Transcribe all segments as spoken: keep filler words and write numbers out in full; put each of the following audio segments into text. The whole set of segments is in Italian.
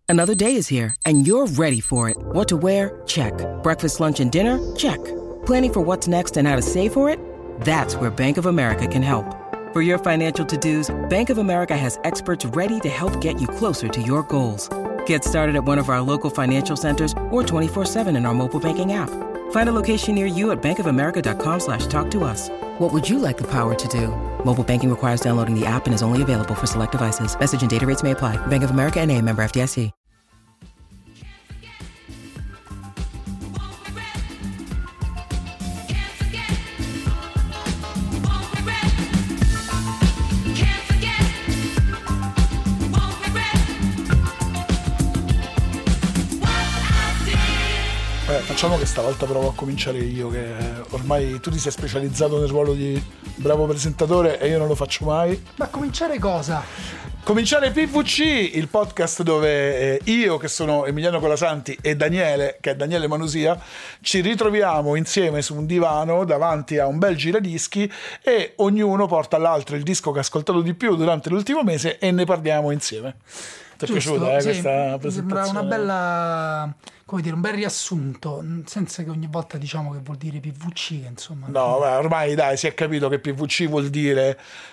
Another day is here, and you're ready for it. What to wear? Check. Breakfast, lunch, and dinner? Check. Planning for what's next and how to save for it? That's where Bank of America can help. For your financial to-dos, Bank of America has experts ready to help get you closer to your goals. Get started at one of our local financial centers or twenty-four seven in our mobile banking app. Find a location near you at bankofamerica.com slash talk to us. What would you like the power to do? Mobile banking requires downloading the app and is only available for select devices. Message and data rates may apply. Bank of America N A, member F D I C. Facciamo che stavolta provo a cominciare io, che ormai tu ti sei specializzato nel ruolo di bravo presentatore e io non lo faccio mai. Ma cominciare cosa? Cominciare P V C, il podcast dove io, che sono Emiliano Colasanti, e Daniele, che è Daniele Manusia, ci ritroviamo insieme su un divano davanti a un bel giradischi e ognuno porta all'altro il disco che ha ascoltato di più durante l'ultimo mese e ne parliamo insieme. Ti è piaciuta eh, sì, questa mi presentazione? Sembra una bella, come dire, un bel riassunto, senza che ogni volta diciamo che vuol dire P V C, che insomma. No, beh, ormai dai, si è capito che P V C vuol dire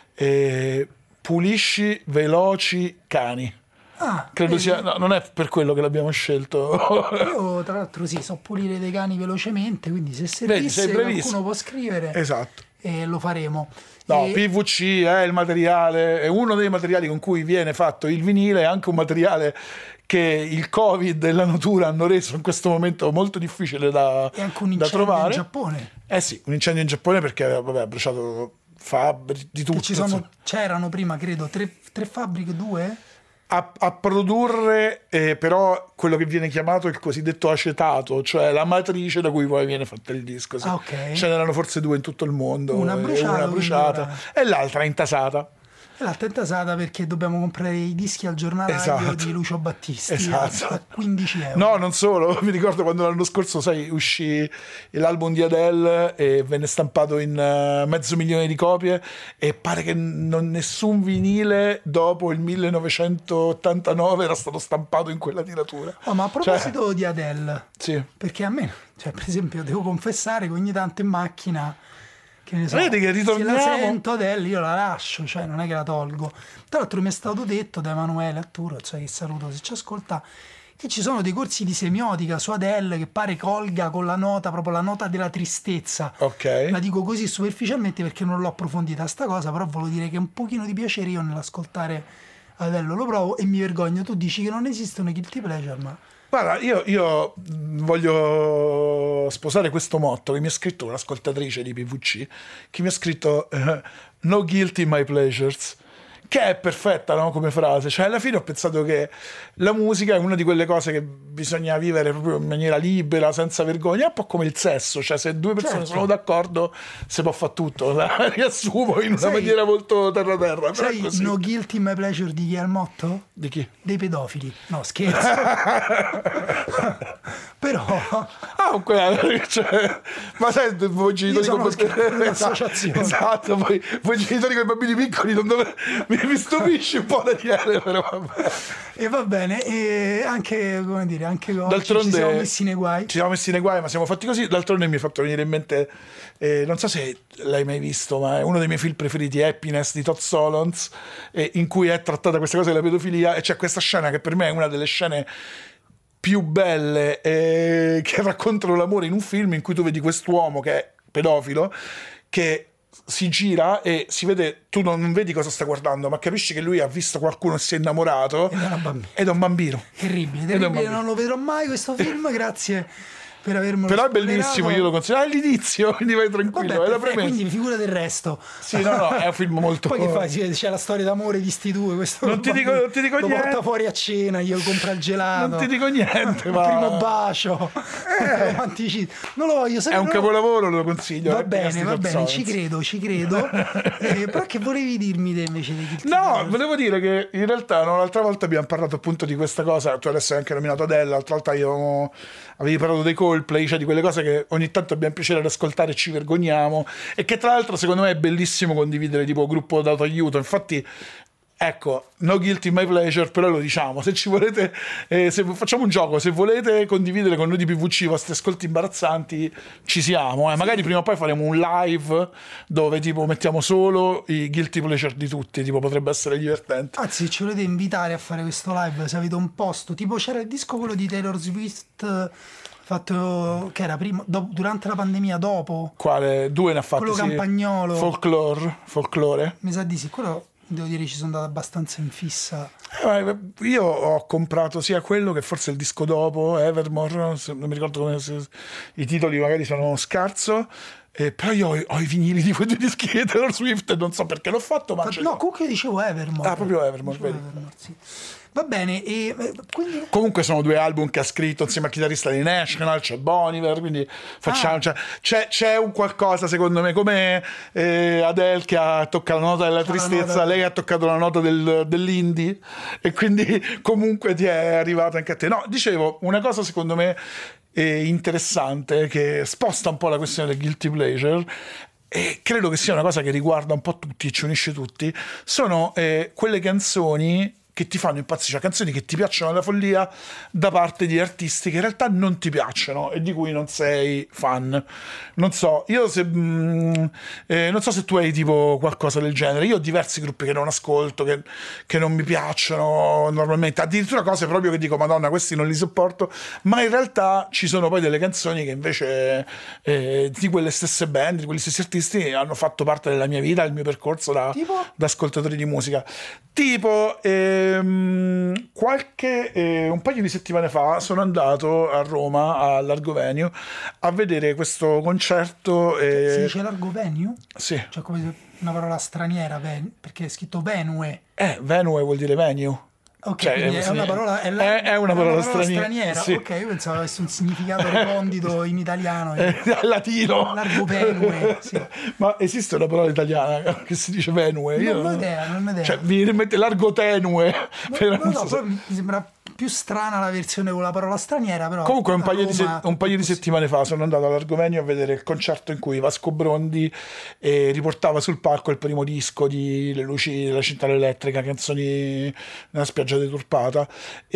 eh, pulisci veloci cani. Ah, credo vedi? sia, no, non è per quello che l'abbiamo scelto. Io tra l'altro sì, so pulire dei cani velocemente, quindi se Vedi, servisse sei brevissimo. qualcuno può scrivere. Esatto. E lo faremo. No, e... P V C è il materiale, è uno dei materiali con cui viene fatto il vinile, è anche un materiale che il Covid e la natura hanno reso in questo momento molto difficile da, e anche un da incendio trovare. in Giappone. Eh sì, un incendio in Giappone perché vabbè, ha bruciato fabbriche di tutto. Che ci sono, c'erano prima credo tre, tre fabbriche, due? A, a produrre eh, però quello che viene chiamato il cosiddetto acetato, cioè la matrice da cui poi viene fatto il disco. Sì. Ah, okay. Ce n'erano forse due in tutto il mondo, una bruciata, una bruciata e l'altra intasata. E l'altra è intasata perché dobbiamo comprare i dischi al giornalaio, esatto, di Lucio Battisti, esatto, a quindici euro. No, non solo, mi ricordo quando l'anno scorso, sai, uscì l'album di Adele e venne stampato in uh, mezzo milione di copie e pare che non nessun vinile dopo il millenovecentottantanove era stato stampato in quella tiratura. Oh, ma a proposito cioè, di Adele, sì. Perché a me, cioè per esempio, devo confessare che ogni tanto in macchina, che ne so, vedi che ritorniamo, se la sento Adele io la lascio, cioè non è che la tolgo. Tra l'altro mi è stato detto da Emanuele Arturo, cioè che saluto se ci ascolta, che ci sono dei corsi di semiotica su Adele che pare colga con la nota, proprio la nota della tristezza. Ok. La dico così superficialmente perché non l'ho approfondita sta cosa, però volevo dire che un pochino di piacere io nell'ascoltare Adele lo provo e mi vergogno. Tu dici che non esiste una guilty pleasure, ma... Guarda, io, io voglio sposare questo motto che mi ha scritto un'ascoltatrice di P V C, che mi ha scritto uh, no guilty my pleasures, che è perfetta, no? Come frase. Cioè alla fine ho pensato che la musica è una di quelle cose che bisogna vivere proprio in maniera libera, senza vergogna, un po' come il sesso, cioè se due persone certo. sono d'accordo si può fare tutto, la riassumo in una sai, maniera molto terra terra. Sai così. No guilty my pleasure di chi è il motto? Di chi? Dei pedofili. No, scherzo. Però ah, okay. Cioè, ma sai, voi genitori con l'associazione. Esatto, voi, voi genitori con i bambini piccoli non dove... mi, mi stupisci un po' Daniele, però vabbè. E va bene, e anche come dire, anche oggi d'altronde, ci siamo messi nei guai. Ci siamo messi nei guai, ma siamo fatti così. D'altronde mi è fatto venire in mente, eh, non so se l'hai mai visto, ma è uno dei miei film preferiti, Happiness di Todd Solondz, eh, in cui è trattata questa cosa della pedofilia, e c'è questa scena che per me è una delle scene più belle eh, che raccontano l'amore in un film, in cui tu vedi quest'uomo che è pedofilo che si gira e si vede, tu non vedi cosa sta guardando, ma capisci che lui ha visto qualcuno e si è innamorato ed è una bambina. Ed è un bambino. Terribile, terribile, non lo vedrò mai questo film, grazie per avermelo però è spoilerato. Bellissimo, io lo consiglio, è l'inizio, quindi vai tranquillo. Vabbè, è la premessa. Quindi figura del resto. Sì, no, no, è un film molto... Poi che fai? C'è la storia d'amore di sti due, questo non ti dico, non ti dico lo niente. porta fuori a cena, io compra il gelato. Non ti dico niente, ma... il primo bacio, eh. romanticismo. Non lo voglio sapere. È un capolavoro, lo consiglio. Va bene, va bene, ci credo, ci credo. eh, però che volevi dirmi te invece di Guilty No, Pleasure? volevo dire che in realtà no, l'altra volta abbiamo parlato appunto di questa cosa, tu adesso hai anche nominato Adele, l'altra volta io avevi parlato dei Coldplay, cioè di quelle cose che ogni tanto abbiamo piacere ad ascoltare e ci vergogniamo, e che tra l'altro secondo me è bellissimo condividere tipo gruppo d'autoaiuto. Infatti Ecco, no guilty my pleasure, però lo diciamo, se ci volete, eh, se facciamo un gioco, se volete condividere con noi di P V C i vostri ascolti imbarazzanti, ci siamo, eh. Magari prima o poi faremo un live dove tipo mettiamo solo i guilty pleasure di tutti, tipo potrebbe essere divertente. Anzi, ci volete invitare a fare questo live, se avete un posto, tipo c'era il disco quello di Taylor Swift fatto, che era prima, dopo, durante la pandemia, dopo. Quale? Due ne ha fatti, quello sì. Campagnolo. Folklore, folklore. Mi sa di sì, quello devo dire ci sono andato abbastanza in fissa. Eh, io ho comprato sia quello che forse il disco dopo, Evermore, non mi ricordo come si, i titoli magari sono scarso, eh, però io ho, ho i vinili di quei due dischi di Taylor Swift e non so perché l'ho fatto, ma Fa, ce no, l'ho. comunque io dicevo Evermore. Ah, proprio Evermore, Dicevo vedi. Evermore, sì. Va bene, e quindi... Comunque sono due album che ha scritto insieme al chitarrista di National, c'è Boniver, quindi facciamo, Ah. cioè, c'è, c'è un qualcosa secondo me, come eh, Adele che ha toccato la nota della tristezza, nota- lei ha toccato la nota del, dell'indie e quindi comunque ti è arrivata anche a te. No, dicevo, una cosa secondo me eh, interessante che sposta un po' la questione del guilty pleasure, e credo che sia una cosa che riguarda un po' tutti e ci unisce tutti, sono eh, quelle canzoni che ti fanno impazzire, cioè canzoni che ti piacciono alla follia da parte di artisti che in realtà non ti piacciono e di cui non sei fan. Non so, io se mh, eh, non so se tu hai tipo qualcosa del genere. Io ho diversi gruppi che non ascolto, che, che non mi piacciono normalmente, addirittura cose proprio che dico Madonna, questi non li sopporto, ma in realtà ci sono poi delle canzoni che invece eh, di quelle stesse band, di quegli stessi artisti hanno fatto parte della mia vita, del mio percorso da, Tipo? da ascoltatore di musica. Tipo ehm, qualche eh, un paio di settimane fa sono andato a Roma all'Argovenio a vedere questo concerto eh, Si dice largo venue? sì. Cioè come una parola straniera, ven- perché è scritto venue. eh, venue vuol dire venue. Ok, Cioè, quindi è sì, una parola, è la- è- è una è parola straniera, sì. Ok, io pensavo avesse un significato recondito in italiano. Eh, latino. Largo venue, sì. Ma esiste una parola italiana che si dice venue? Io Non ho idea, non ho idea. Cioè, mi viene in mente largo tenue. però No, non no, so se- poi mi sembra più strana la versione con la parola straniera, però Comunque un a paio, di, se- Roma un paio di tutto settimane fa sono andato all'Argovenio a vedere il concerto in cui Vasco Brondi eh, riportava sul palco il primo disco di Le luci della centrale elettrica, Canzoni nella spiaggia deturpata,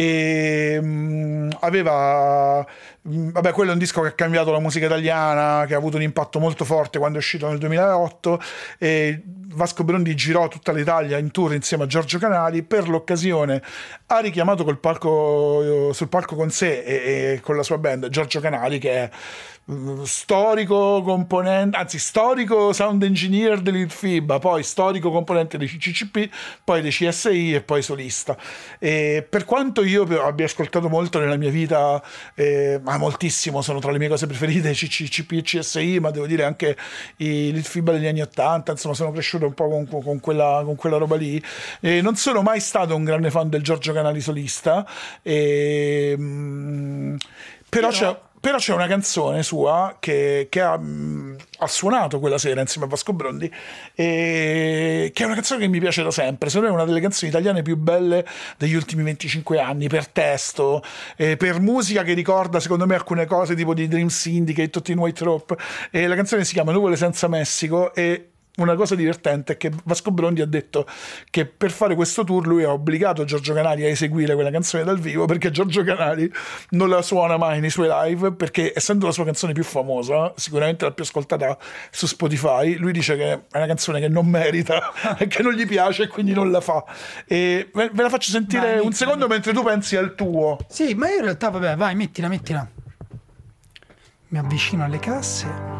e mh, aveva mh, vabbè, quello è un disco che ha cambiato la musica italiana, che ha avuto un impatto molto forte quando è uscito nel duemilaotto, e Vasco Brondi girò tutta l'Italia in tour insieme a Giorgio Canali. Per l'occasione ha richiamato col palco, sul palco con sé e, e con la sua band Giorgio Canali, che è uh, storico componente, anzi storico sound engineer dell'Ilfibba, poi storico componente dei C C C P, poi dei C S I e poi solista. E per quanto io abbia ascoltato molto nella mia vita, eh, ma moltissimo, sono tra le mie cose preferite C C P e C S I, ma devo dire anche i Litfiba degli anni ottanta, insomma sono cresciuto un po' con, con, quella, con quella roba lì. E non sono mai stato un grande fan del Giorgio Canali solista, e, mh, però, Però- c'è però c'è una canzone sua che, che ha, mh, ha suonato quella sera insieme a Vasco Brondi, e che è una canzone che mi piace da sempre. Secondo me è una delle canzoni italiane più belle degli ultimi venticinque anni, per testo, eh, per musica, che ricorda secondo me alcune cose tipo di Dream Syndicate o Teen White Rope. E la canzone si chiama Nuvole senza Messico, e una cosa divertente è che Vasco Brondi ha detto che per fare questo tour lui ha obbligato Giorgio Canali a eseguire quella canzone dal vivo, perché Giorgio Canali non la suona mai nei suoi live, perché essendo la sua canzone più famosa, sicuramente la più ascoltata su Spotify, lui dice che è una canzone che non merita e che non gli piace e quindi non la fa. E ve ve la faccio sentire Vai, un mettila, secondo mentre tu pensi al tuo. Sì, ma io in realtà, vabbè, vai, mettila, mettila. Mi avvicino alle casse.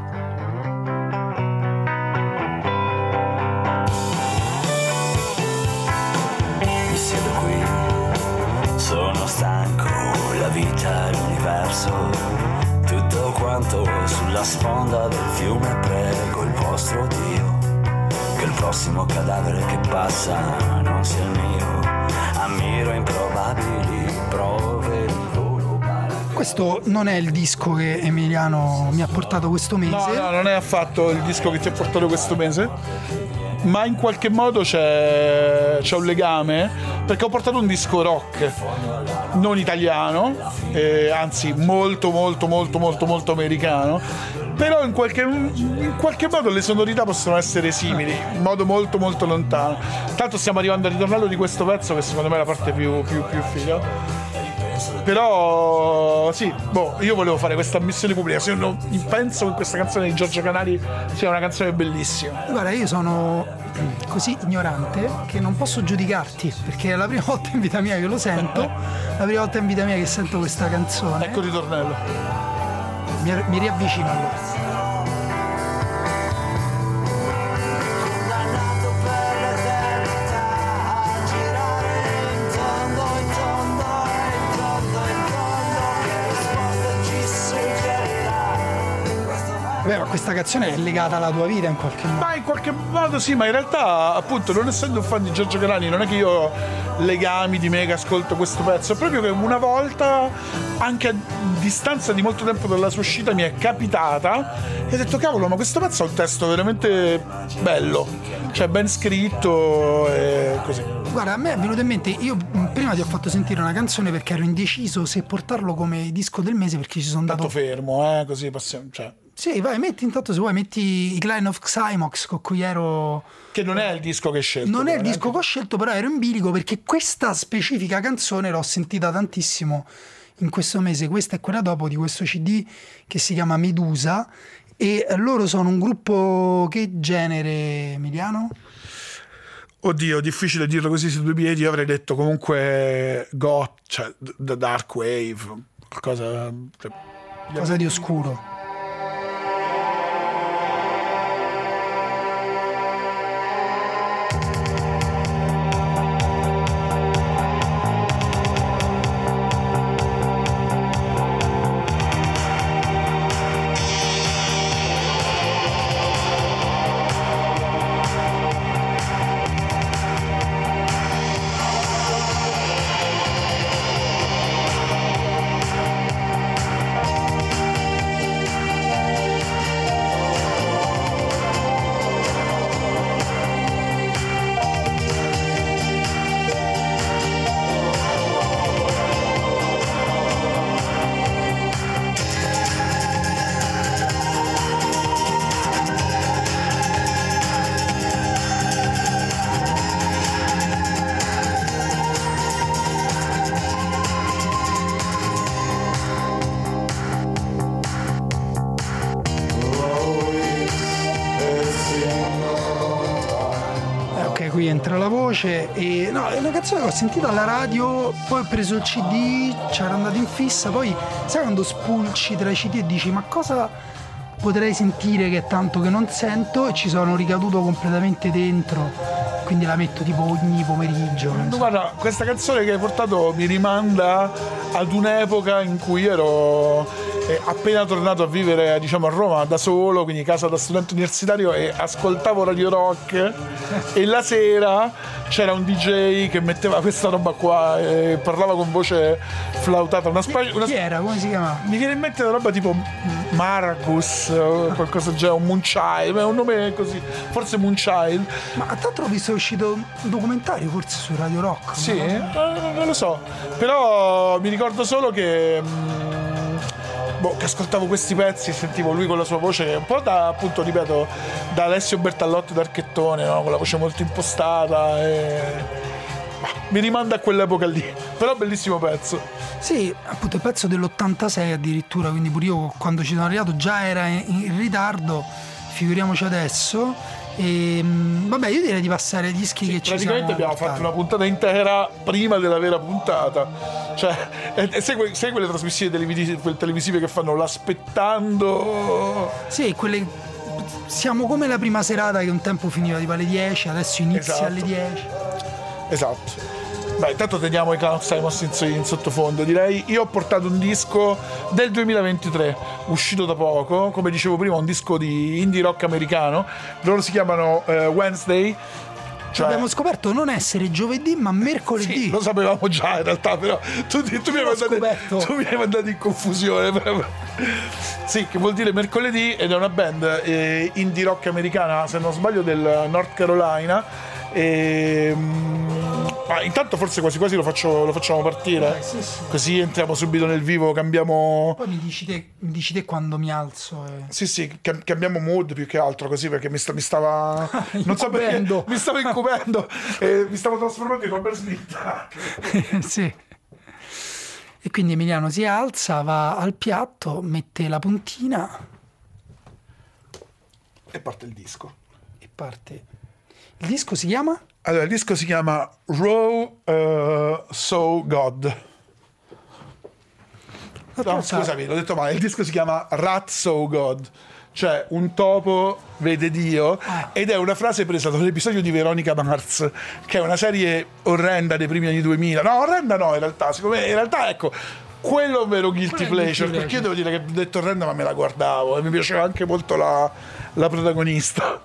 Mi siedo qui, sono stanco, la vita, l'universo, tutto quanto sulla sponda del fiume. Prego il vostro Dio che il prossimo cadavere che passa non sia il mio. Ammiro improbabili prove di volo paracaduta. Questo non è il disco che Emiliano mi ha portato questo mese. No, no, non è affatto il disco che ti ha portato questo mese, ma in qualche modo c'è, c'è un legame, perché ho portato un disco rock non italiano, eh, anzi molto molto molto molto molto americano, però in qualche, in qualche modo le sonorità possono essere simili, in modo molto molto lontano. Tanto stiamo arrivando al ritornello di questo pezzo, che secondo me è la parte più, più, più figa. Però sì, boh, io volevo fare questa ammissione pubblica. Se non, penso che questa canzone di Giorgio Canali sia una canzone bellissima. Guarda, io sono così ignorante che non posso giudicarti, perché è la prima volta in vita mia che lo sento, la prima volta in vita mia che sento questa canzone. Ecco il ritornello. Mi, mi riavvicino allora. Beh, ma questa canzone è legata alla tua vita in qualche modo. Ma in qualche modo sì, ma in realtà, appunto, non essendo un fan di Giorgio Canali, non è che io ho legami di me che ascolto questo pezzo, è proprio che una volta, anche a distanza di molto tempo dalla sua uscita, mi è capitata e ho detto, cavolo, ma questo pezzo ha un testo veramente bello, cioè ben scritto e così. Guarda, a me è venuto in mente, io prima ti ho fatto sentire una canzone perché ero indeciso se portarlo come disco del mese, perché ci sono Tanto dato... fermo, eh, così passiamo, cioè... Sì, vai, metti intanto, se vuoi, metti i Klein of Xymox con cui ero... Che non è il disco che hai scelto. Non è il disco neanche... che ho scelto, però ero in bilico perché questa specifica canzone l'ho sentita tantissimo in questo mese. Questa è quella dopo di questo C D che si chiama Medusa, e loro sono un gruppo, che genere, Emiliano? Oddio, difficile dirlo così su due piedi. Io avrei detto comunque goth, cioè The Dark Wave, qualcosa... Cosa di oscuro. Qui entra la voce e no, è una canzone che ho sentito alla radio, poi ho preso il C D, c'era andato in fissa, poi sai quando spulci tra i C D e dici ma cosa potrei sentire che è tanto che non sento, e ci sono ricaduto completamente dentro, quindi la metto tipo ogni pomeriggio. No, guarda, questa canzone che hai portato mi rimanda ad un'epoca in cui ero eh, appena tornato a vivere, diciamo, a Roma da solo, quindi casa da studente universitario, e ascoltavo Radio Rock e la sera c'era un D J che metteva questa roba qua e parlava con voce flautata, una specie, una... Chi era? Come si chiamava? Mi viene in mente una roba tipo Marcus o qualcosa del genere, un Moonchild, è un nome così, forse Moonchild. Ma tra l'altro ho visto, è uscito un documentario forse su Radio Rock. Sì, no? non, non lo so, però mi ricordo solo che boh, che ascoltavo questi pezzi e sentivo lui con la sua voce un po' da, appunto, ripeto, da Alessio Bertallotti d'Archettone, no? Con la voce molto impostata e... bah, mi rimanda a quell'epoca lì, però bellissimo pezzo. Sì, appunto il pezzo dell'ottantasei addirittura, quindi pure io quando ci sono arrivato già era in, in ritardo, figuriamoci adesso. E vabbè, io direi di passare ai dischi sì, che ci praticamente abbiamo portati. fatto una puntata intera prima della vera puntata, cioè e, e segue, segue le trasmissioni televisive, televisive che fanno l'aspettando. Sì, quelle, siamo come la prima serata che un tempo finiva tipo alle dieci, adesso inizia esatto. alle dieci. Esatto. Beh, intanto teniamo i Clan of Simons in, in sottofondo, direi. Io ho portato un disco del duemilaventitré, uscito da poco, come dicevo prima, un disco di indie rock americano. Loro si chiamano uh, Wednesday. Cioè... abbiamo scoperto non essere giovedì ma mercoledì. Sì, lo sapevamo già in realtà, però tu, tu, tu, mi, hai mandato, tu mi hai mandato in confusione. Sì, che vuol dire mercoledì, ed è una band eh, indie rock americana, se non sbaglio del North Carolina. E, Ma intanto forse quasi quasi lo, faccio, lo facciamo partire. Dai, sì, sì. Così entriamo subito nel vivo, cambiamo. Poi mi dici te, mi dici te quando mi alzo. E... Sì, sì, cam- cambiamo mood più che altro così perché mi, sta- mi stava. Non so perché. Incubendo. Mi stavo incubendo. e mi stavo trasformando in Robert Smith. Sì. E quindi Emiliano si alza, va al piatto, mette la puntina E parte il disco. e parte. Il disco si chiama? Allora, il disco si chiama Raw uh, So God. No, scusami, l'ho detto male. Il disco si chiama Rat So God, cioè un topo vede Dio, Ah. ed è una frase presa dall'episodio di Veronica Mars, che è una serie orrenda dei primi anni duemila. No, orrenda no, in realtà, secondo me, in realtà, ecco, quello è un vero guilty Quello è il pleasure, guilty perché io devo dire che ho detto orrenda, ma me la guardavo e mi piaceva anche molto la, la protagonista.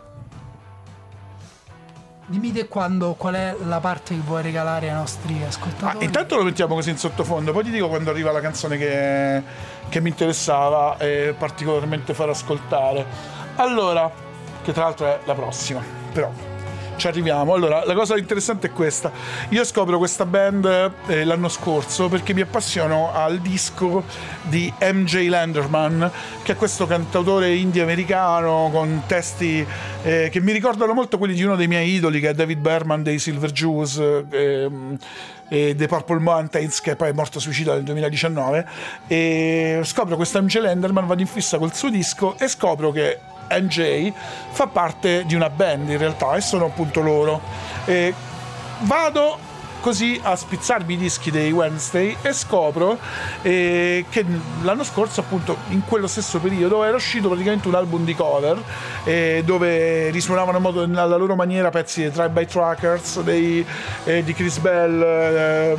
Dimmi te quando, qual è la parte che vuoi regalare ai nostri Ah, ascoltatori. intanto lo mettiamo così in sottofondo, poi ti dico quando arriva la canzone che, che mi interessava e particolarmente far ascoltare. Allora, che tra l'altro è la prossima, però ci arriviamo. Allora, la cosa interessante è questa. Io scopro questa band eh, l'anno scorso perché mi appassiono al disco di M J Lenderman, che è questo cantautore indie americano con testi eh, che mi ricordano molto quelli di uno dei miei idoli, che è David Berman dei Silver Juice ehm, e dei Purple Mountains, che poi è morto suicidato nel duemiladiciannove. E scopro questo M J Lenderman, vado in fissa col suo disco e scopro che M J fa parte di una band in realtà, e sono appunto loro. E vado così a spizzarmi i dischi dei Wednesday e scopro eh, che l'anno scorso, appunto in quello stesso periodo, era uscito praticamente un album di cover eh, dove risuonavano in modo, alla loro maniera, pezzi dei Tribe by Truckers, dei, eh, di Chris Bell, eh,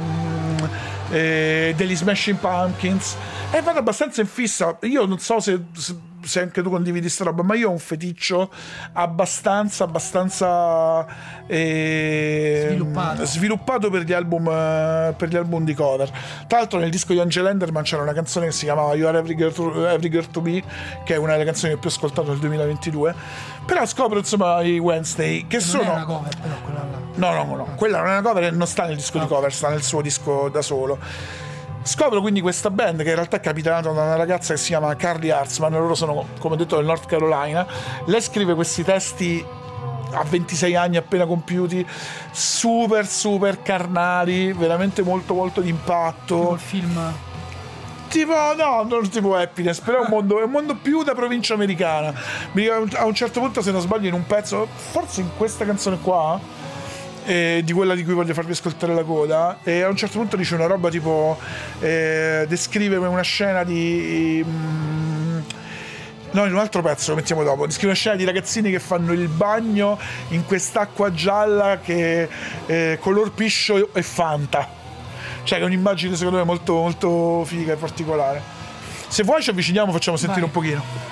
eh, degli Smashing Pumpkins, e vado abbastanza in fissa. Io non so se, se anche tu condividi sta roba, ma io ho un feticcio abbastanza abbastanza eh, Sviluppato. sviluppato per gli album eh, per gli album di cover. Tra l'altro nel disco di Angel Lenderman c'era una canzone che si chiamava You Are Every Girl to, Every Girl to Me, che è una delle canzoni che più ho ascoltato nel duemilaventidue. Però scopro insomma i Wednesday, che non sono è una cover, però quella là. No, no, no, quella non è una cover, non sta nel disco di cover, sta nel suo disco da solo. Scopro quindi questa band che in realtà è capitanata da una ragazza che si chiama Carly Hartzman. Loro sono, come detto, del North Carolina. Lei scrive questi testi a ventisei anni appena compiuti, super super carnali, veramente molto molto d'impatto. Tipo il film. Tipo, no, non tipo Happiness, però è un mondo, è un mondo più da provincia americana. Mi- A un certo punto, se non sbaglio, in un pezzo, forse in questa canzone qua, eh, di quella di cui voglio farvi ascoltare la coda, e a un certo punto dice una roba tipo eh, descrive una scena di mm, no, in un altro pezzo, lo mettiamo dopo, descrive una scena di ragazzini che fanno il bagno in quest'acqua gialla che eh, color piscio e Fanta. Cioè, che è un'immagine secondo me molto molto figa e particolare. Se vuoi ci avviciniamo, facciamo sentire Vai. un pochino.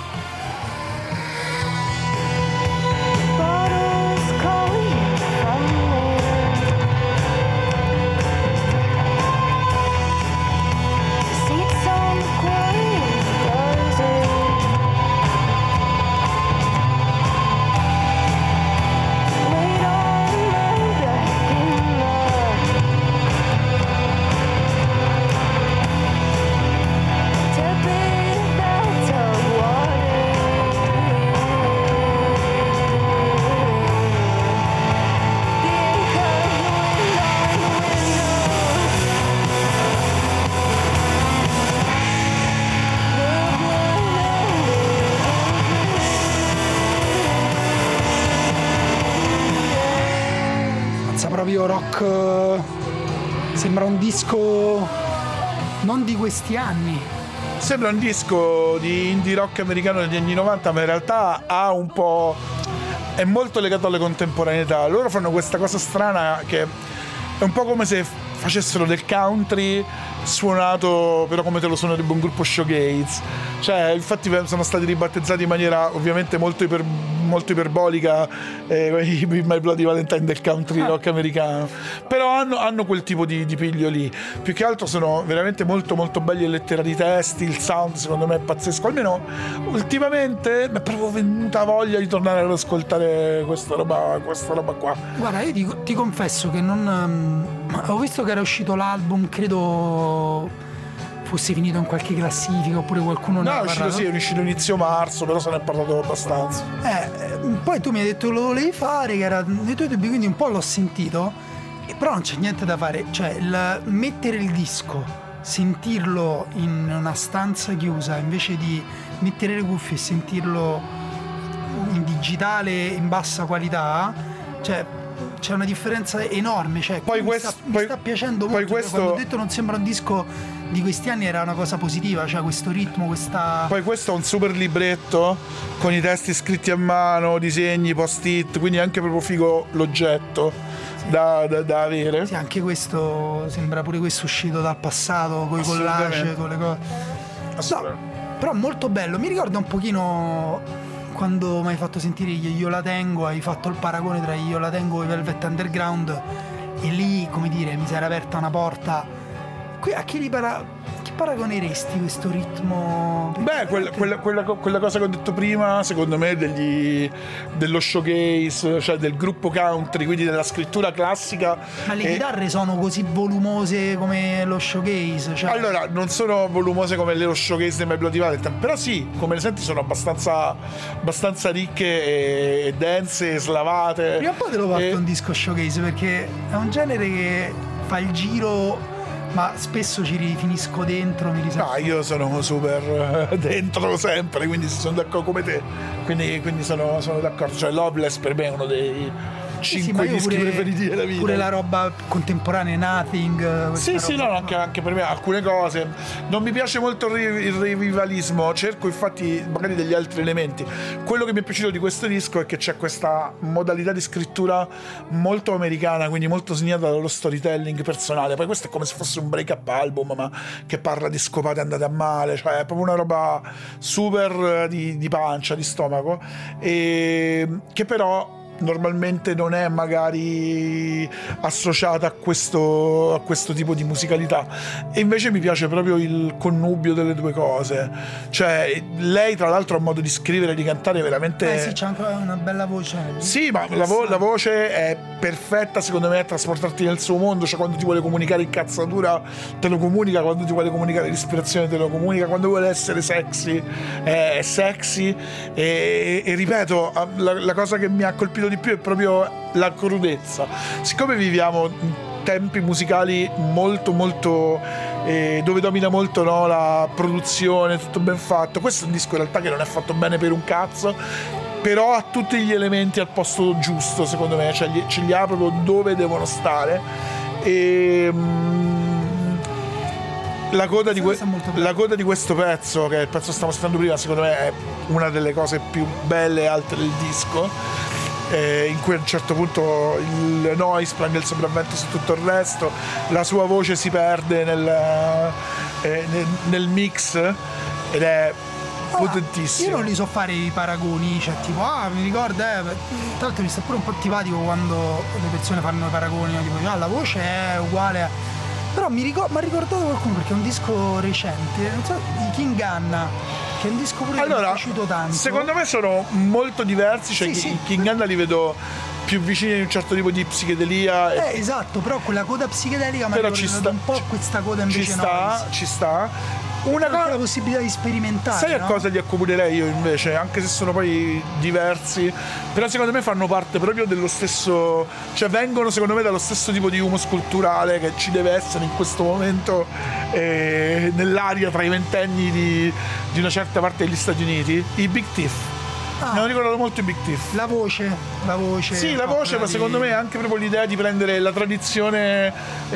Bottles calling from there. Seats on the quiet desert. Laid on my back in the tepid bathtub water. Mazza, proprio rock. eh, Sembra un disco non di questi anni. Sembra un disco di indie rock americano degli anni novanta, ma in realtà ha un po', è molto legato alla contemporaneità. Loro fanno questa cosa strana che è un po' come se facessero del country suonato però come te lo suonerebbe un gruppo showgaze. Cioè, infatti sono stati ribattezzati in maniera ovviamente molto iper, molto iperbolica, eh, i My Bloody Valentine del country rock americano, però hanno, hanno quel tipo di, di piglio lì. Più che altro sono veramente molto molto belli e letterari i testi, il sound secondo me è pazzesco, almeno ultimamente mi è proprio venuta voglia di tornare ad ascoltare questa roba, questa roba qua. Guarda, io ti, ti confesso che non um, ho visto che era uscito l'album, credo fosse finito in qualche classifica oppure qualcuno ne No, ha è uscito, parlato. sì, è uscito inizio marzo, però se ne è parlato abbastanza. Eh, eh, poi tu mi hai detto che lo volevi fare, che era nei tuoi dubbi, quindi un po' l'ho sentito, e però non c'è niente da fare. Cioè, il mettere il disco, sentirlo in una stanza chiusa, invece di mettere le cuffie e sentirlo in digitale in bassa qualità, cioè c'è una differenza enorme. Cioè, Poi mi, questo- sta, mi poi- sta piacendo poi molto. questo- Quando ho detto non sembra un disco di questi anni, era una cosa positiva, cioè questo ritmo, questa... Poi questo è un super libretto con i testi scritti a mano, disegni, post-it, quindi è anche proprio figo l'oggetto da, da- da avere. Sì, anche questo sembra pure questo uscito dal passato, con i collage, Assolutamente. con le cose. Assolutamente. No, però molto bello. Mi ricorda un pochino quando mi hai fatto sentire Io la tengo, hai fatto il paragone tra Io la tengo e Velvet Underground, e lì, come dire, mi si era aperta una porta. Qui a chi li para... chi paragoneresti questo ritmo? Beh, quella, quella- quella co- quella cosa che ho detto prima, secondo me, degli, dello showcase, cioè del gruppo country, quindi della scrittura classica. Ma le e- chitarre sono così volumose come lo showcase? Cioè... Allora, non sono volumose come lo showcase dei My Bloody Valentine, però sì, come le senti sono abbastanza, abbastanza ricche e dense, slavate. Prima o poi te lo porto E- un disco showcase, perché è un genere che fa il giro, ma spesso ci rifinisco dentro, mi risento. No, io sono super eh, dentro sempre, quindi sono d'accordo come te. Quindi, quindi sono, sono d'accordo. Cioè, Loveless per me è uno dei Sì, sì, cinque ma io dischi pure, preferiti della vita. pure la roba contemporanea, Nothing. Sì, questa sì, roba no, qua. anche, anche per me alcune cose. Non mi piace molto il, ri- il revivalismo, cerco infatti magari degli altri elementi. Quello che mi è piaciuto di questo disco è che c'è questa modalità di scrittura molto americana, quindi molto segnata dallo storytelling personale. Poi questo è come se fosse un break-up album, ma che parla di scopate andate a male, cioè è proprio una roba super di, di pancia, di stomaco, e che però normalmente non è magari associata a questo, a questo tipo di musicalità, e invece mi piace proprio il connubio delle due cose. Cioè lei tra l'altro ha un modo di scrivere e di cantare veramente Eh sì, c'è anche una bella voce. sì, ma la, vo- la voce è perfetta secondo me a trasportarti nel suo mondo. Cioè quando ti vuole comunicare incazzatura te lo comunica, quando ti vuole comunicare l'ispirazione te lo comunica, quando vuole essere sexy è sexy, e, e ripeto, la, la cosa che mi ha colpito di più è proprio la crudezza. Siccome viviamo tempi musicali molto molto eh, dove domina molto, no, la produzione, tutto ben fatto, questo è un disco in realtà che non è fatto bene per un cazzo, però ha tutti gli elementi al posto giusto secondo me, cioè li- ce li ha proprio dove devono stare. E mm, la coda, di que- Questa è molto bella. la coda di questo pezzo, che è il pezzo che stavo ascoltando prima, secondo me è una delle cose più belle e alte del disco, eh, in cui a un certo punto il noise prende il sopravvento su tutto il resto, la sua voce si perde nel, eh, nel, nel mix, ed è Allora, potentissimo. io non li so fare i paragoni, cioè tipo, ah, mi ricorda, eh, tra l'altro mi sta pure un po' antipatico quando le persone fanno i paragoni, no? Tipo, ah, la voce è uguale a... Però mi ricor- mi ha ricordato qualcuno, perché è un disco recente, non so, di King Anna, che è un disco pure che mi è Allora, piaciuto tanto. secondo me sono molto diversi, cioè Sì, i sì. King Anna li vedo più vicini a un certo tipo di psichedelia, e Eh, esatto, però quella coda psichedelica mi ha però ci ricordato sta, un po' questa coda invece ci sta, noise. ci sta. Una Anche la cosa, possibilità di sperimentare, sai a no? cosa li accomunerei io invece, anche se sono poi diversi, però secondo me fanno parte proprio dello stesso, cioè vengono secondo me dallo stesso tipo di humus culturale che ci deve essere in questo momento eh, nell'aria tra i ventenni di, di una certa parte degli Stati Uniti, i Big Thief. Ah. Mi hanno ricordato molto i Big Thief. La voce, la voce. Sì, la no, voce, quella ma di- secondo me anche proprio l'idea di prendere la tradizione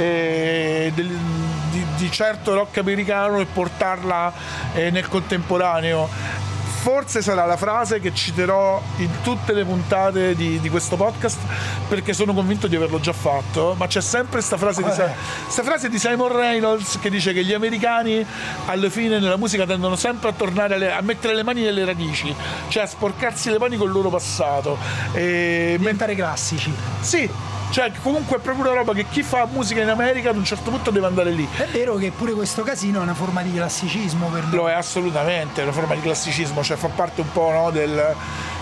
eh, del- di, di certo rock americano e portarla eh, nel contemporaneo. forse sarà la frase che citerò in tutte le puntate di, di questo podcast, perché sono convinto di averlo già fatto, ma c'è sempre sta frase, di, sta frase di Simon Reynolds che dice che gli americani alla fine nella musica tendono sempre a tornare alle, a mettere le mani nelle radici, cioè a sporcarsi le mani col loro passato e Diventare classici. sì, cioè comunque è proprio una roba che chi fa musica in America ad un certo punto deve andare lì. È vero che pure questo casino è una forma di classicismo per noi. Lo è assolutamente, è una forma di classicismo, cioè fa parte un po', no, del...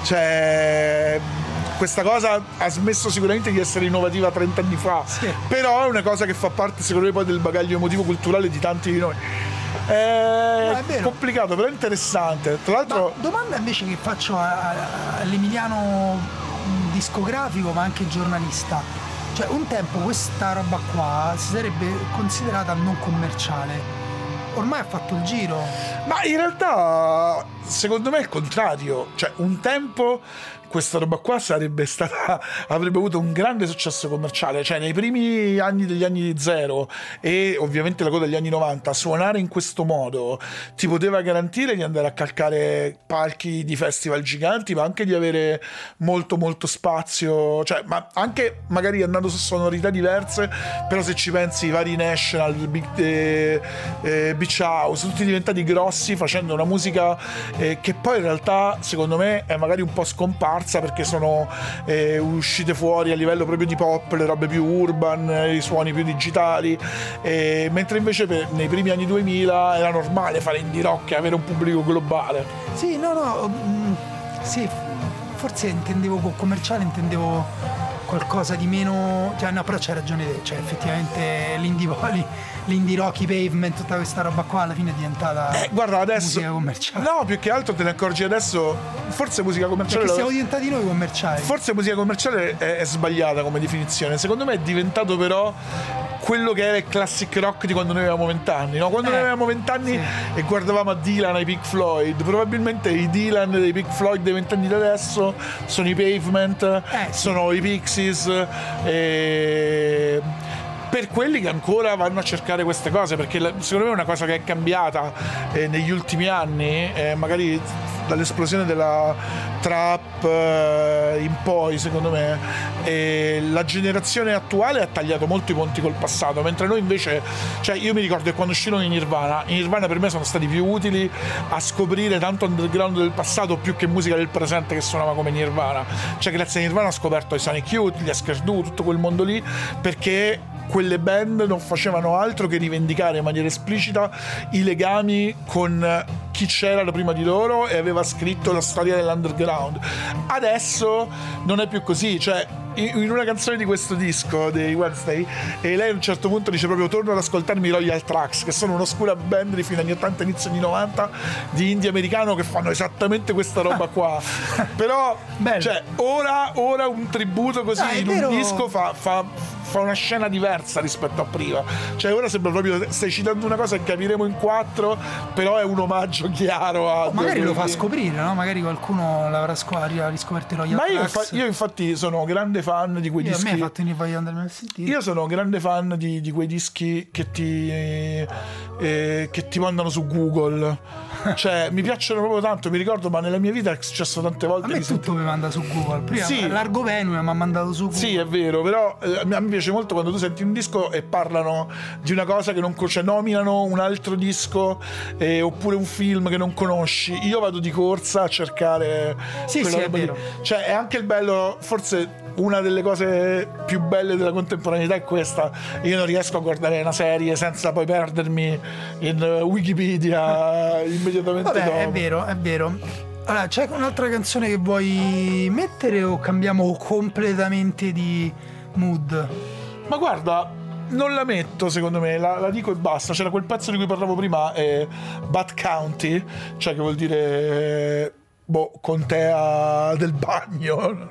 cioè questa cosa ha smesso sicuramente di essere innovativa trenta anni fa, Sì. però è una cosa che fa parte secondo me poi del bagaglio emotivo culturale di tanti di noi. È, è vero. complicato, però interessante. Tra l'altro Ma domanda invece che faccio a- a- all'Emiliano mh, discografico ma anche giornalista, cioè un tempo questa roba qua si sarebbe considerata non commerciale, ormai ha fatto il giro. Ma in realtà secondo me è il contrario, cioè un tempo questa roba qua sarebbe stata avrebbe avuto un grande successo commerciale, cioè nei primi anni degli anni zero e ovviamente la coda degli anni novanta, suonare in questo modo ti poteva garantire di andare a calcare palchi di festival giganti, ma anche di avere molto molto spazio, cioè ma anche magari andando su sonorità diverse, però se ci pensi i vari National, Big, eh, eh, Beach House, tutti diventati grossi facendo una musica eh, che poi in realtà secondo me è magari un po' scomparsa perché sono eh, uscite fuori a livello proprio di pop le robe più urban, eh, i suoni più digitali, eh, mentre invece per, nei primi anni duemila era normale fare indie rock e avere un pubblico globale. Sì, no, no, mh, sì, forse intendevo con commerciale, intendevo qualcosa di meno, cioè no, però c'hai ragione te, cioè effettivamente l'indie poli, l'indie rock, i Pavement, tutta questa roba qua alla fine è diventata Eh, guarda adesso musica commerciale. no, più che altro te ne accorgi adesso, forse musica commerciale Perché la- siamo diventati noi commerciali. Forse musica commerciale è, è sbagliata come definizione. Secondo me è diventato però quello che era il classic rock di quando noi avevamo vent'anni, no? Quando Eh, noi avevamo vent'anni sì. e guardavamo a Dylan, ai Pink Floyd, probabilmente i Dylan dei Pink Floyd dei vent'anni di adesso sono i Pavement, Eh, sì. sono i Pixies, e... per quelli che ancora vanno a cercare queste cose, perché la- secondo me è una cosa che è cambiata eh, negli ultimi anni, eh, magari dall'esplosione della trap eh, in poi, secondo me e la generazione attuale ha tagliato molto i ponti col passato, mentre noi invece, cioè io mi ricordo che quando uscirono i Nirvana i Nirvana per me sono stati più utili a scoprire tanto underground del passato più che musica del presente che suonava come Nirvana, cioè grazie a Nirvana ho scoperto i Sonic Youth, gli Husker Du, tutto quel mondo lì, perché quelle band non facevano altro che rivendicare in maniera esplicita i legami con chi c'era prima di loro e aveva scritto la storia dell'underground. Adesso non è più così, cioè in una canzone di questo disco dei Wednesday e lei a un certo punto dice proprio torno ad ascoltarmi i Royal Tracks, che sono un'oscura band di fine anni ottanta inizio anni novanta di indie americano che fanno esattamente questa roba qua. Però Bello. cioè ora, ora un tributo così Ah, è in vero. un disco fa, fa, fa una scena diversa rispetto a prima, cioè ora sembra proprio stai citando una cosa che capiremo in quattro, però è un omaggio chiaro a Magari lo fa quelli- scoprire, no? Magari qualcuno l'avrà scop- ha riscoperto i Royal ma io, Tracks. infa- io infatti sono grande fan di quei Io- a dischi. me ha fatto venire voglia di andarmi a sentire. Io sono grande fan di, di quei dischi che ti eh, eh, che ti mandano su Google. Cioè mi piacciono proprio tanto, mi ricordo, ma nella mia vita è successo tante volte A me di tutto mi manda su Google. Prima Sì. Largo Venue mi ha mandato su Google. Sì, è vero, però eh, a me a me piace molto quando tu senti un disco e parlano di una cosa che non conosci, cioè nominano un altro disco eh, oppure un film che non conosci. Io vado di corsa a cercare Sì, quella sì, è roba lì. vero. Cioè è anche il bello, forse una delle cose più belle della contemporaneità è questa. Io non riesco a guardare una serie senza poi perdermi in eh, Wikipedia immediatamente Vabbè, dopo. è vero, è vero. Allora, c'è un'altra canzone che vuoi mettere o cambiamo completamente di mood? Ma guarda, non la metto secondo me, la, la dico e basta. C'era quel pezzo di cui parlavo prima, eh, Bat County, cioè che vuol dire eh, boh, contea del bagno.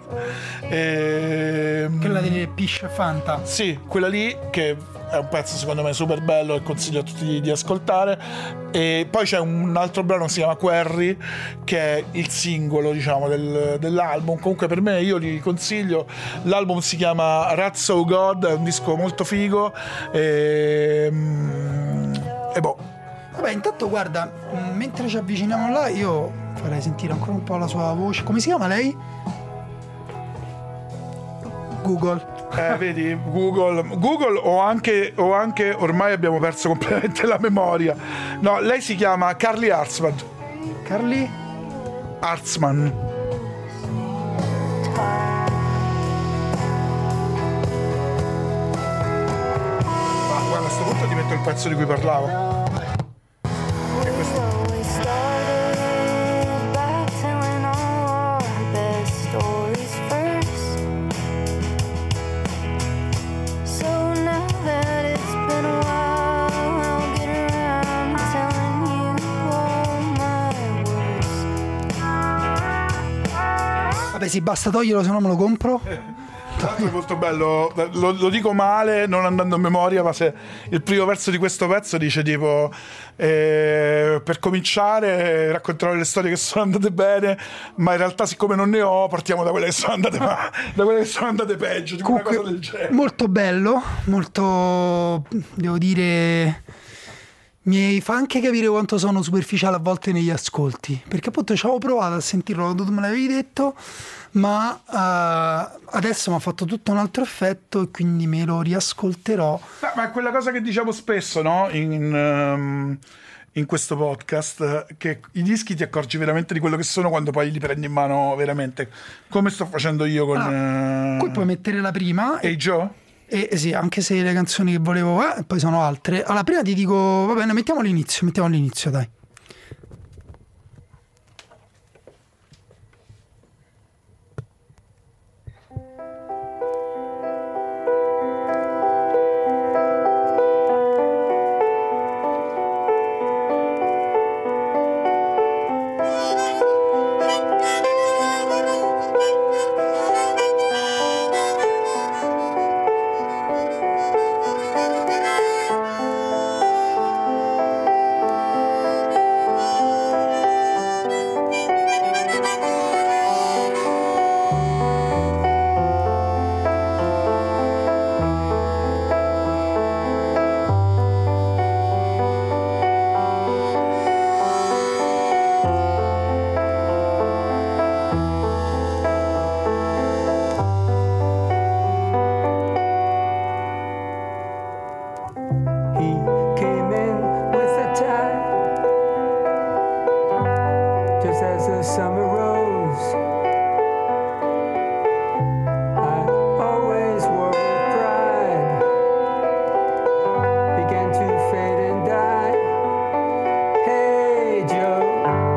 Ehm, Quella delle Pish Fanta. Sì, quella lì che è un pezzo secondo me super bello e consiglio a tutti di, di ascoltare. E poi c'è un altro brano che si chiama Query, che è il singolo diciamo del, dell'album. Comunque per me, io li consiglio. L'album si chiama Rat So God, è un disco molto figo e, e boh, Vabbè, intanto guarda, mh, mentre ci avviciniamo là, io farei sentire ancora un po' la sua voce. Come si chiama lei? Google. Eh, vedi, Google, Google o anche, o anche ormai abbiamo perso completamente la memoria. No, lei si chiama Carly Hartzman. Carly? Hartzman. Ah, guarda, a questo punto ti metto il pezzo di cui parlavo. E questo. We started by telling all our best stories first. So now that it's been a while, I'll get around to telling you all my worst. Vabbè, sì, basta toglierlo, se no me lo compro. Tra l'altro è molto bello, lo, lo dico male, non andando a memoria, ma se il primo verso di questo pezzo dice tipo eh, per cominciare racconterò le storie che sono andate bene, ma in realtà siccome non ne ho partiamo da quelle che sono andate ma, da quelle che sono andate peggio, tipo una cosa del genere. Molto bello, molto, devo dire, mi fa anche capire quanto sono superficiale a volte negli ascolti, perché appunto ci avevo provato a sentirlo quando tu me l'avevi detto, ma uh, adesso mi ha fatto tutto un altro effetto e quindi me lo riascolterò. Ma, ma è quella cosa che diciamo spesso, no? In, um, in questo podcast, che i dischi ti accorgi veramente di quello che sono quando poi li prendi in mano veramente, come sto facendo io con Allora, uh, qui puoi mettere la prima Hey Joe? e, e sì, anche se le canzoni che volevo eh, poi sono altre. Allora prima ti dico, va bene, mettiamo all'inizio, mettiamo all'inizio, dai. He came in with a tie, just as the summer rose. I always wore with pride, began to fade and die. Hey Joe,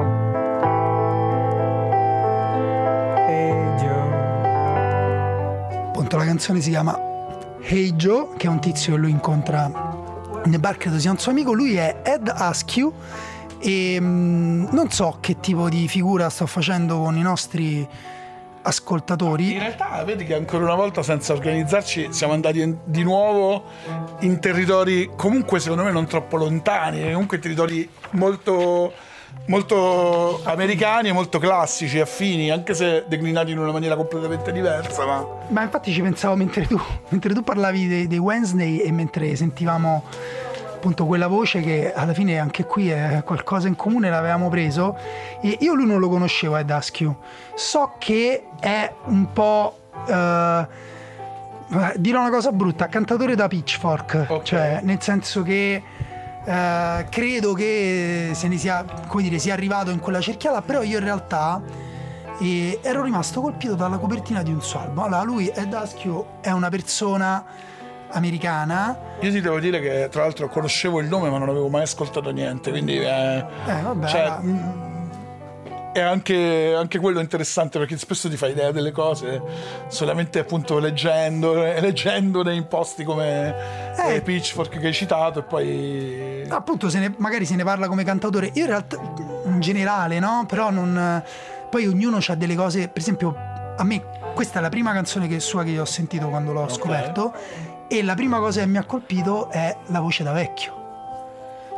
hey Joe. Appunto la canzone si chiama Hey Joe, che è un tizio che lui incontra nel bar, credo sia un suo amico. Lui è Ed Askew e mh, non so che tipo di figura sto facendo con i nostri ascoltatori. In realtà vedi che ancora una volta senza organizzarci siamo andati in- di nuovo in territori comunque secondo me non troppo lontani, comunque territori molto, molto americani e molto classici, affini, anche se declinati in una maniera completamente diversa. Ma Ma infatti ci pensavo mentre tu, mentre tu parlavi dei, dei Wednesday e mentre sentivamo appunto quella voce, che alla fine anche qui è qualcosa in comune, l'avevamo preso. E io lui non lo conoscevo, Ed Askew. So che è un po'... Uh, dirò una cosa brutta, cantatore da Pitchfork, Ok. cioè nel senso che eh, credo che se ne sia, come dire, sia arrivato in quella cerchiata, però io in realtà eh, ero rimasto colpito dalla copertina di un suo album. Allora lui, Ed Askew, è una persona americana. io ti devo dire che tra l'altro conoscevo il nome ma non avevo mai ascoltato niente, quindi eh, Eh vabbè, cioè, allora, mh, è anche, anche quello interessante, perché spesso ti fai idea delle cose solamente appunto leggendo, leggendone in posti come Eh. eh, Pitchfork che hai citato, e poi appunto se ne, magari se ne parla come cantautore. Io in realtà in generale no, però non, poi ognuno ha delle cose. Per esempio a me questa è la prima canzone che sua che io ho sentito quando l'ho Ok. scoperto, e la prima cosa che mi ha colpito è la voce da vecchio,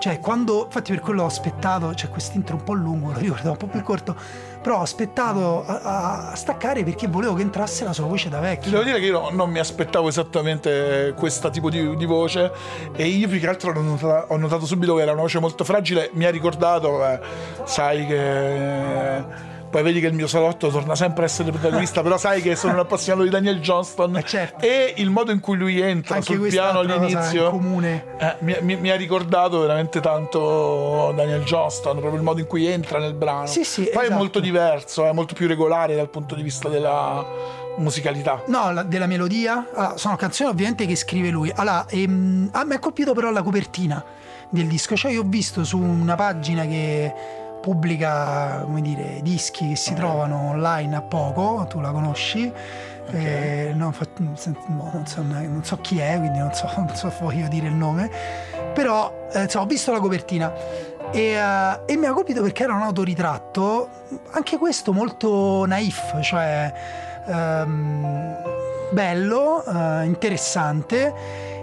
Cioè, quando, infatti per quello ho aspettato, c'è cioè quest'intro un po' lungo, lo ricordo un po' più corto, però ho aspettato a, a staccare perché volevo che entrasse la sua voce da vecchio. Ti devo dire che io non mi aspettavo esattamente questo tipo di, di voce, e io più che altro ho notato, ho notato subito che era una voce molto fragile. Mi ha ricordato, eh, sai che... Poi vedi che il mio salotto torna sempre a essere protagonista, però sai che sono un appassionato di Daniel Johnston, eh certo. E il modo in cui lui entra anche sul piano all'inizio comune. Eh, mi, mi, mi ha ricordato veramente tanto Daniel Johnston, proprio il modo in cui entra nel brano. Sì, sì, poi esatto. È molto diverso, è molto più regolare dal punto di vista della musicalità. No, la, della melodia. Allora, sono canzoni ovviamente che scrive lui. Allora, ehm, a me ha colpito però la copertina del disco. Cioè io ho visto su una pagina che pubblica, come dire, dischi che si trovano online a poco, tu la conosci, okay. eh, non, fa, non, so, non so chi è, quindi non so, non so voglio dire il nome, però eh, so, ho visto la copertina e, uh, e mi ha colpito perché era un autoritratto, anche questo molto naif, cioè um, bello, uh, interessante,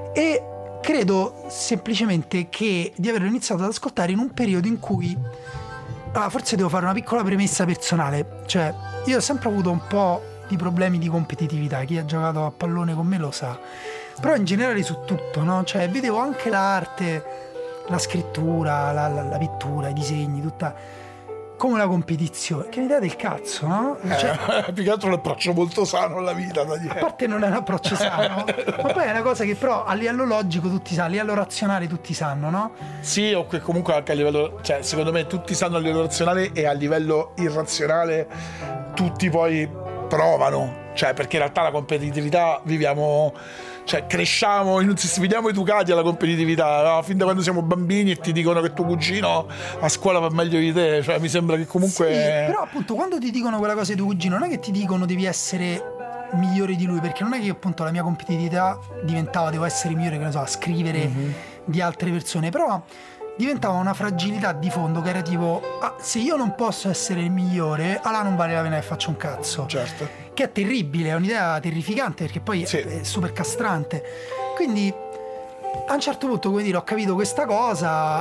e credo semplicemente che di averlo iniziato ad ascoltare in un periodo in cui ah, forse devo fare una piccola premessa personale. Cioè, io ho sempre avuto un po' di problemi di competitività, chi ha giocato a pallone con me lo sa, però in generale su tutto, no? Cioè, vedevo anche l'arte, la scrittura, la, la, la pittura, i disegni, tutta come la competizione, che è un'idea del cazzo, no? Cioè, eh, più che altro un approccio molto sano alla vita, da dire. A parte non è un approccio sano, ma poi è una cosa che però a livello logico tutti sanno, a livello razionale tutti sanno, no? Sì, o che comunque anche a livello, cioè secondo me tutti sanno a livello razionale, e a livello irrazionale tutti poi provano, cioè perché in realtà la competitività viviamo, cioè cresciamo, veniamo educati alla competitività, no? Fin da quando siamo bambini e ti dicono che tuo cugino a scuola va meglio di te, cioè mi sembra che comunque... Sì, però appunto quando ti dicono quella cosa di tuo cugino non è che ti dicono devi essere migliore di lui, perché non è che appunto la mia competitività diventava devo essere migliore, che ne so, a scrivere mm-hmm. di altre persone, però diventava una fragilità di fondo che era tipo ah, se io non posso essere il migliore, allora non vale la pena che faccio un cazzo. Certo. Che è terribile, è un'idea terrificante, perché poi sì. è super castrante. Quindi a un certo punto, come dire, ho capito questa cosa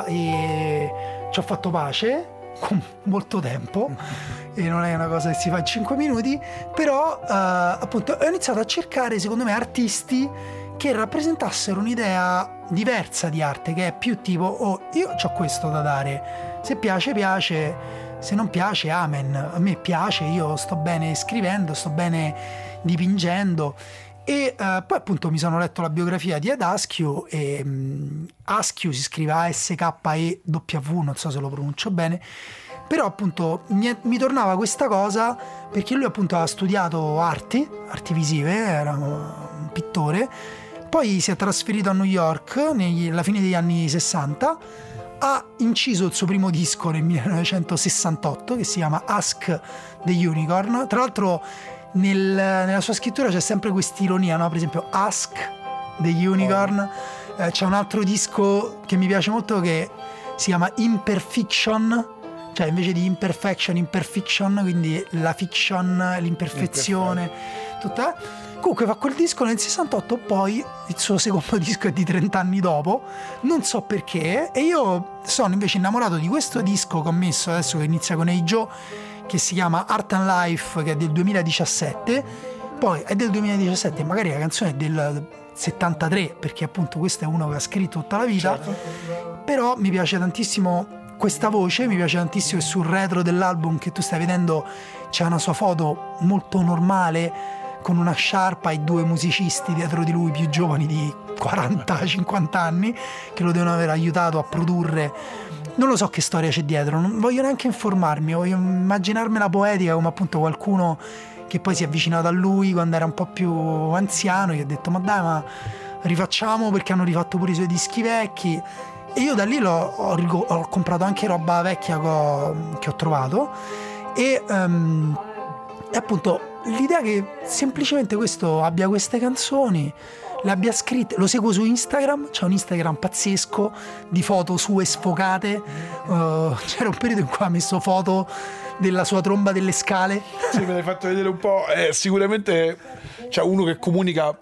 e ci ho fatto pace con molto tempo, e non è una cosa che si fa in cinque minuti, però eh, appunto ho iniziato a cercare, secondo me, artisti che rappresentassero un'idea diversa di arte, che è più tipo oh, io ho questo da dare, se piace piace, se non piace amen, a me piace, io sto bene scrivendo, sto bene dipingendo. E uh, poi appunto mi sono letto la biografia di Ed Askew, e um, Askew si scrive A S K E W, non so se lo pronuncio bene, però appunto mi, mi tornava questa cosa perché lui appunto ha studiato arti, arti visive, era un pittore, poi si è trasferito a New York alla fine degli anni sessanta, ha inciso il suo primo disco nel millenovecentosessantotto che si chiama Ask the Unicorn. Tra l'altro nel, nella sua scrittura c'è sempre quest'ironia, no? Per esempio Ask the Unicorn, eh, c'è un altro disco che mi piace molto che si chiama Imperfection, cioè invece di imperfection, imperfection, quindi la fiction, l'imperfezione, tutta. Comunque fa quel disco nel sessantotto, poi il suo secondo disco è di trenta anni dopo, non so perché, e io sono invece innamorato di questo disco che ho messo adesso, che inizia con Hey Joe, che si chiama Art and Life, che è del duemiladiciassette, poi è del duemiladiciassette, magari la canzone è del settantatré, perché appunto questo è uno che ha scritto tutta la vita, certo. Però mi piace tantissimo questa voce, mi piace tantissimo che sul retro dell'album che tu stai vedendo c'è una sua foto molto normale, con una sciarpa e due musicisti dietro di lui più giovani di quaranta cinquanta anni che lo devono aver aiutato a produrre. Non lo so che storia c'è dietro, non voglio neanche informarmi, voglio immaginarmela poetica, come appunto qualcuno che poi si è avvicinato a lui quando era un po' più anziano, gli ha detto ma dai, ma rifacciamo, perché hanno rifatto pure i suoi dischi vecchi, e io da lì l'ho, ho, ho comprato anche roba vecchia che ho, che ho trovato, e, um, e appunto l'idea che semplicemente questo abbia queste canzoni, le abbia scritte, lo seguo su Instagram, c'è un Instagram pazzesco di foto sue sfocate, uh, c'era un periodo in cui ha messo foto della sua tromba delle scale. Sì, me l'hai fatto vedere un po', eh, sicuramente c'è uno che comunica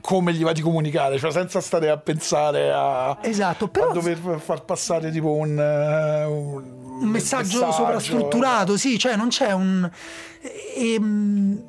come gli va di comunicare, cioè senza stare a pensare a, Esatto, però a dover far passare tipo un, uh, un, un messaggio, messaggio sovrastrutturato, sì, cioè non c'è un e, um,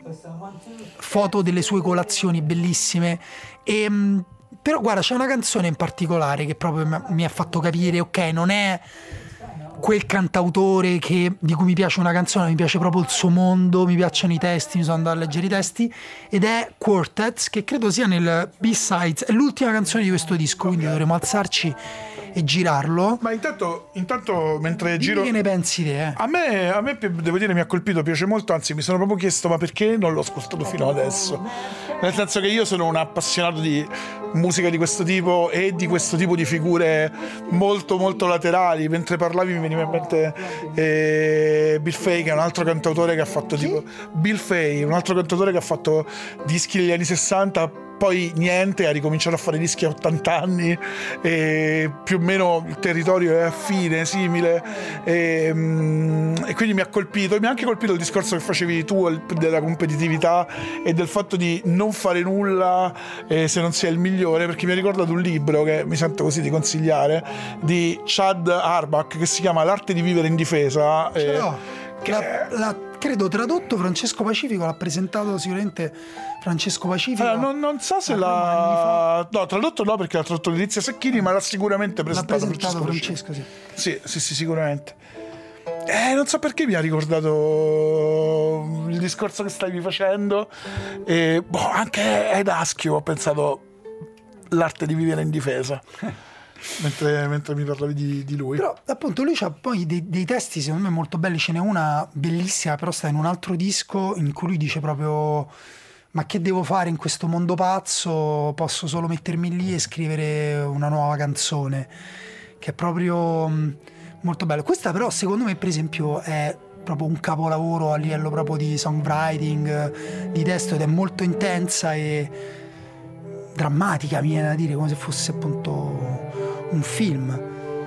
foto delle sue colazioni bellissime e, um, però guarda, c'è una canzone in particolare che proprio mi ha fatto capire, ok, non è quel cantautore che, di cui mi piace una canzone, mi piace proprio il suo mondo, mi piacciono i testi, mi sono andato a leggere i testi, ed è Quartets, che credo sia nel B-Sides, è l'ultima canzone di questo disco, quindi dovremo alzarci e girarlo. Ma intanto, intanto mentre Dimmi giro, che ne pensi te? Eh? A me, a me devo dire mi ha colpito, piace molto, anzi mi sono proprio chiesto ma perché non l'ho ascoltato fino adesso, nel senso che io sono un appassionato di musica di questo tipo e di questo tipo di figure molto molto laterali. Mentre parlavi mi veniva in mente eh, Bill Fay, che è un altro cantautore che ha fatto tipo Bill Fay, un altro cantautore che ha fatto dischi negli anni sessanta, poi niente, ha ricominciato a fare dischi a ottanta anni e più o meno il territorio è affine, simile, e, e quindi mi ha colpito, e mi ha anche colpito il discorso che facevi tu della competitività e del fatto di non fare nulla eh, se non si è il migliore, perché mi ha ricordato un libro che mi sento così di consigliare di Chad Arbach che si chiama L'arte di vivere in difesa. Ce l'ho. Che la, la, credo tradotto Francesco Pacifico, l'ha presentato sicuramente Francesco Pacifico. Allora, non, non so se l'ha no, tradotto no, perché l'ha tradotto Letizia Secchini, ma l'ha sicuramente presentato, l'ha presentato Francesco, Francesco, sì. Sì, sì, sì, sicuramente. Eh, non so perché mi ha ricordato il discorso che stavi facendo e boh, anche Ed Aschio ho pensato L'arte di vivere in difesa. Mentre, mentre mi parlavi di, di lui. Però appunto lui c'ha poi dei, dei testi secondo me molto belli, ce n'è una bellissima però sta in un altro disco in cui lui dice proprio ma che devo fare in questo mondo pazzo, posso solo mettermi lì e scrivere una nuova canzone, che è proprio mh, molto bello. Questa però secondo me per esempio è proprio un capolavoro a livello proprio di songwriting, di testo, ed è molto intensa e drammatica, mi viene da dire, come se fosse appunto un film.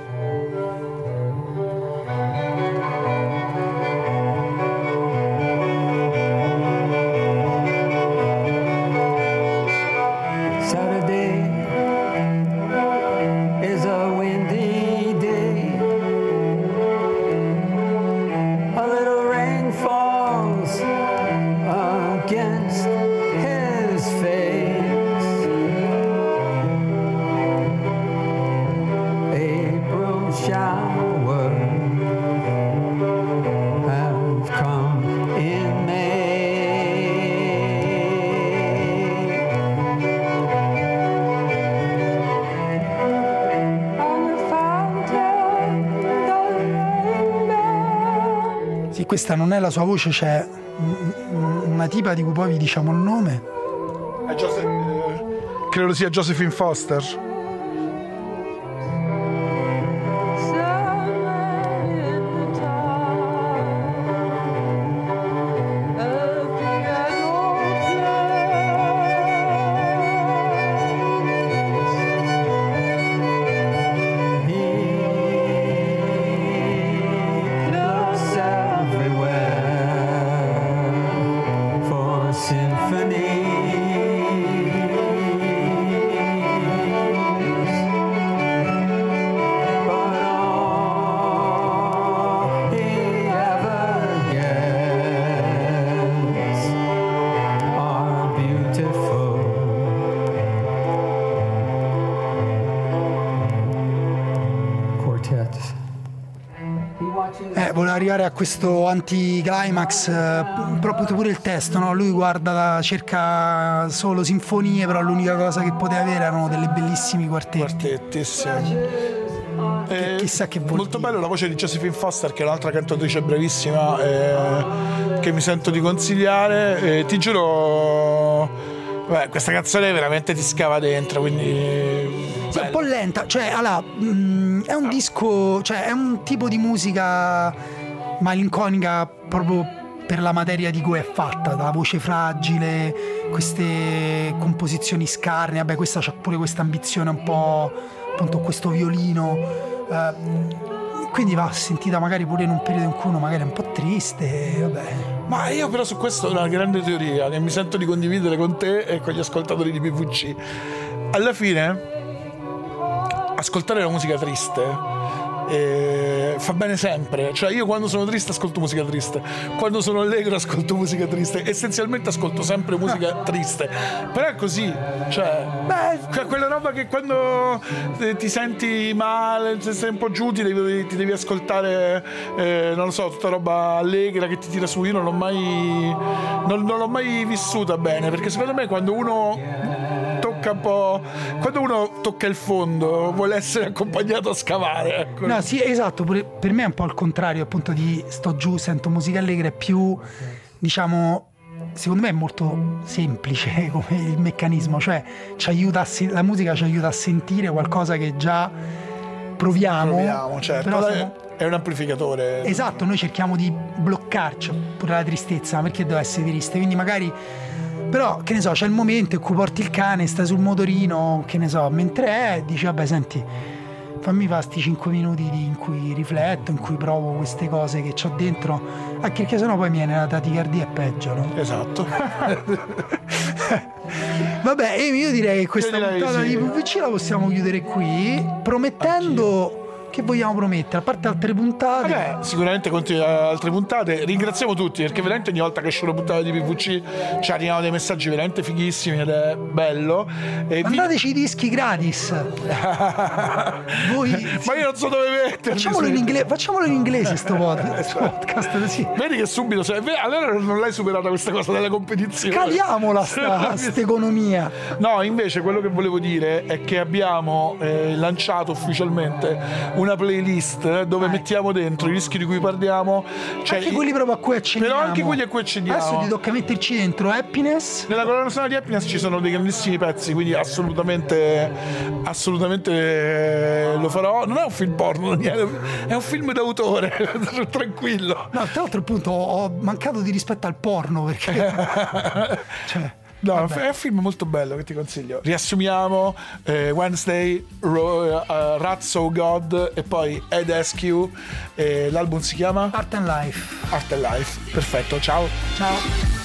Saturday is a windy day. A little rain falls against his face. April shower have come in May. On the fountain, the rainbow. Sì, questa non è la sua voce, c'è una tipa di cui poi vi diciamo il nome. È Joseph, eh, credo sia Josephine Foster. Looks everywhere for symphonies, but all he ever gets are beautiful quartets. Eh, voleva arrivare a questo anticlimax, eh, proprio pure il testo, no? Lui guarda, cerca solo sinfonie, però l'unica cosa che poteva avere erano delle bellissimi quartetti. Quartetti, sì. Eh, chissà che vuol molto dire. bello la voce di Josephine Foster, che è un'altra cantautrice bravissima, eh, che mi sento di consigliare. Eh, ti giuro, beh, questa canzone veramente ti scava dentro, quindi Sì, è un po' lenta, cioè allora, mh, è un disco, cioè è un tipo di musica malinconica proprio per la materia di cui è fatta, dalla voce fragile, queste composizioni scarne, vabbè, questa c'ha pure questa ambizione un po', appunto, questo violino, eh, quindi va sentita magari pure in un periodo in cui uno magari è un po' triste, vabbè. Ma io però su questo ho una grande teoria che mi sento di condividere con te e con gli ascoltatori di P V C. Alla fine ascoltare la musica triste eh, fa bene sempre. Cioè io quando sono triste ascolto musica triste, quando sono allegro ascolto musica triste, essenzialmente ascolto sempre musica triste. Però è così, cioè beh, quella roba che quando ti senti male, se sei un po' giù ti devi, ti devi ascoltare eh, non lo so, tutta roba allegra che ti tira su. Io non l'ho mai non, non l'ho mai vissuta bene, perché secondo me quando uno tocca un po', quando uno tocca il fondo vuole essere accompagnato a scavare, ecco. No, sì, esatto, pure per me è un po' il contrario, appunto, di sto giù, sento musica allegra, è più, diciamo, secondo me è molto semplice come il meccanismo, cioè ci aiuta a se- la musica ci aiuta a sentire qualcosa che già proviamo, Proviamo, certo. però Però siamo- è un amplificatore. esatto, noi cerchiamo di bloccarci pure la tristezza, ma perché deve essere triste, quindi magari, però che ne so, c'è il momento in cui porti il cane, stai sul motorino, che ne so, mentre è, dici vabbè senti, fammi fare sti cinque minuti di- in cui rifletto, in cui provo queste cose che c'ho dentro, anche perché sennò poi mi viene la taticardia e peggio, no? Esatto. Vabbè, Amy, io direi che questa Io direi puntata sì. di P V C la possiamo chiudere qui, promettendo che vogliamo promettere, a parte altre puntate. Vabbè, sicuramente continua altre puntate. Ringraziamo tutti perché veramente ogni volta che esce una puntata di P V C ci arrivano dei messaggi veramente fighissimi ed è bello. E vi- Mandateci i dischi gratis. Voi Ma io non so dove metterli. facciamolo in inglese, facciamolo in inglese sto pod- sto podcast così. Vedi che subito cioè, beh, allora non l'hai superata questa cosa della competizione. Caliamola sta sta economia. No, invece quello che volevo dire è che abbiamo eh, lanciato ufficialmente una playlist dove mettiamo dentro i dischi di cui parliamo, cioè Anche i- quelli proprio a cui accendiamo. però anche quelli a cui accendiamo. Adesso ti tocca metterci dentro Happiness. Nella colonna sonora di Happiness ci sono dei grandissimi pezzi, quindi assolutamente assolutamente eh, lo farò. Non è un film porno, Daniele, è un film d'autore. Tranquillo. No, tra l'altro appunto ho mancato di rispetto al porno perché cioè, No, è un film molto bello che ti consiglio. Riassumiamo: eh, Wednesday, Ro- uh, Rats of God e poi Ed Askew. Eh, l'album si chiama Art and Life. Art and Life. Perfetto, ciao. Ciao.